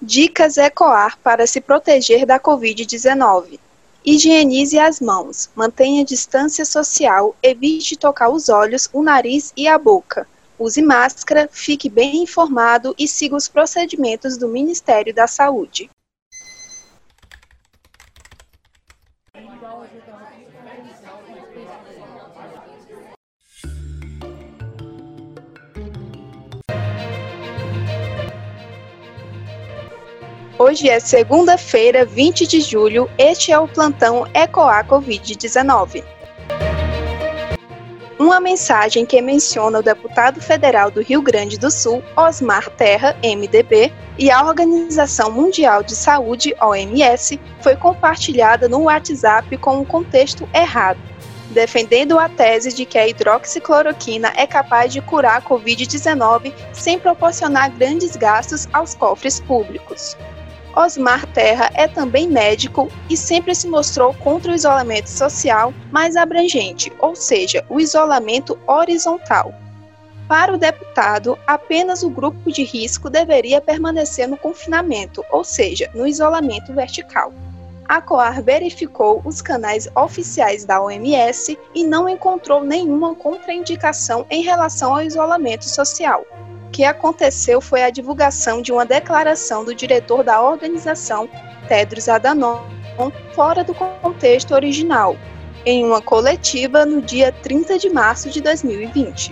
Dicas ECOAR para se proteger da Covid-19. Higienize as mãos, mantenha distância social, evite tocar os olhos, o nariz e a boca. Use máscara, fique bem informado e siga os procedimentos do Ministério da Saúde. Hoje é segunda-feira, 20 de julho, este é o plantão ECOAR Covid-19. Uma mensagem que menciona o deputado federal do Rio Grande do Sul, Osmar Terra, MDB, e a Organização Mundial de Saúde, OMS, foi compartilhada no WhatsApp com um contexto errado, defendendo a tese de que a hidroxicloroquina é capaz de curar a Covid-19 sem proporcionar grandes gastos aos cofres públicos. Osmar Terra é também médico e sempre se mostrou contra o isolamento social mais abrangente, ou seja, o isolamento horizontal. Para o deputado, apenas o grupo de risco deveria permanecer no confinamento, ou seja, no isolamento vertical. A COAR verificou os canais oficiais da OMS e não encontrou nenhuma contraindicação em relação ao isolamento social. O que aconteceu foi a divulgação de uma declaração do diretor da organização, Tedros Adhanom, fora do contexto original, em uma coletiva no dia 30 de março de 2020.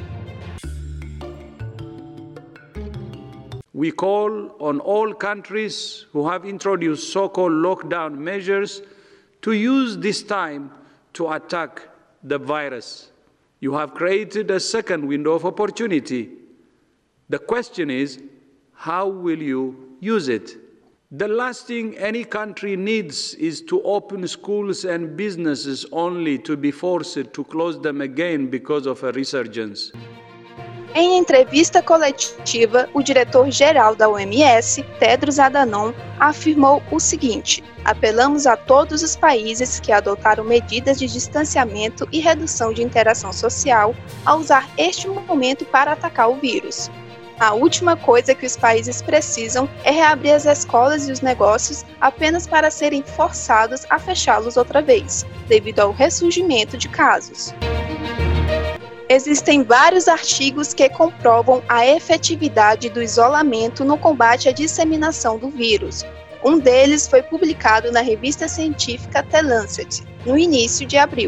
We call on all countries who have introduced so-called lockdown measures to use this time to attack the virus. You have created a second window of opportunity. The question is, how will you use it? The last thing any country needs is to open schools and businesses only to be forced to close them again because of a resurgence. Em entrevista coletiva, o diretor-geral da OMS, Tedros Adhanom, afirmou o seguinte: apelamos a todos os países que adotaram medidas de distanciamento e redução de interação social a usar este momento para atacar o vírus. A última coisa que os países precisam é reabrir as escolas e os negócios apenas para serem forçados a fechá-los outra vez, devido ao ressurgimento de casos. Existem vários artigos que comprovam a efetividade do isolamento no combate à disseminação do vírus. Um deles foi publicado na revista científica The Lancet, no início de abril.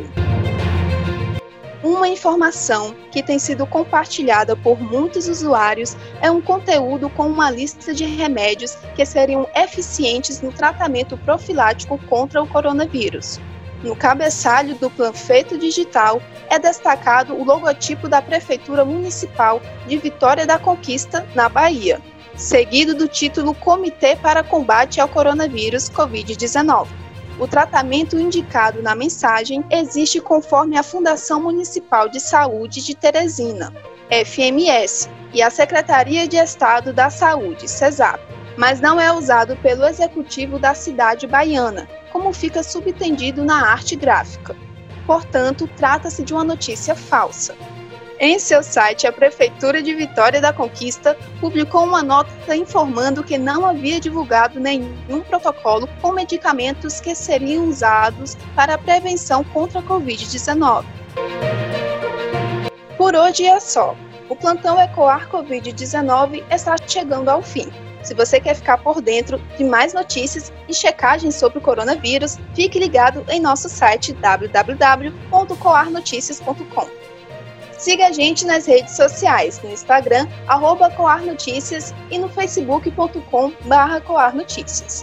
Uma informação que tem sido compartilhada por muitos usuários é um conteúdo com uma lista de remédios que seriam eficientes no tratamento profilático contra o coronavírus. No cabeçalho do panfleto digital é destacado o logotipo da Prefeitura Municipal de Vitória da Conquista, na Bahia, seguido do título Comitê para Combate ao Coronavírus Covid-19. O tratamento indicado na mensagem existe conforme a Fundação Municipal de Saúde de Teresina, FMS, e a Secretaria de Estado da Saúde, CESAP, mas não é usado pelo executivo da cidade baiana, como fica subentendido na arte gráfica. Portanto, trata-se de uma notícia falsa. Em seu site, a Prefeitura de Vitória da Conquista publicou uma nota informando que não havia divulgado nenhum protocolo com medicamentos que seriam usados para a prevenção contra a Covid-19. Por hoje é só. O plantão ECOAR Covid-19 está chegando ao fim. Se você quer ficar por dentro de mais notícias e checagens sobre o coronavírus, fique ligado em nosso site www.coarnoticias.com. Siga a gente nas redes sociais, no Instagram, @coarnoticias e no facebook.com/coarnoticias.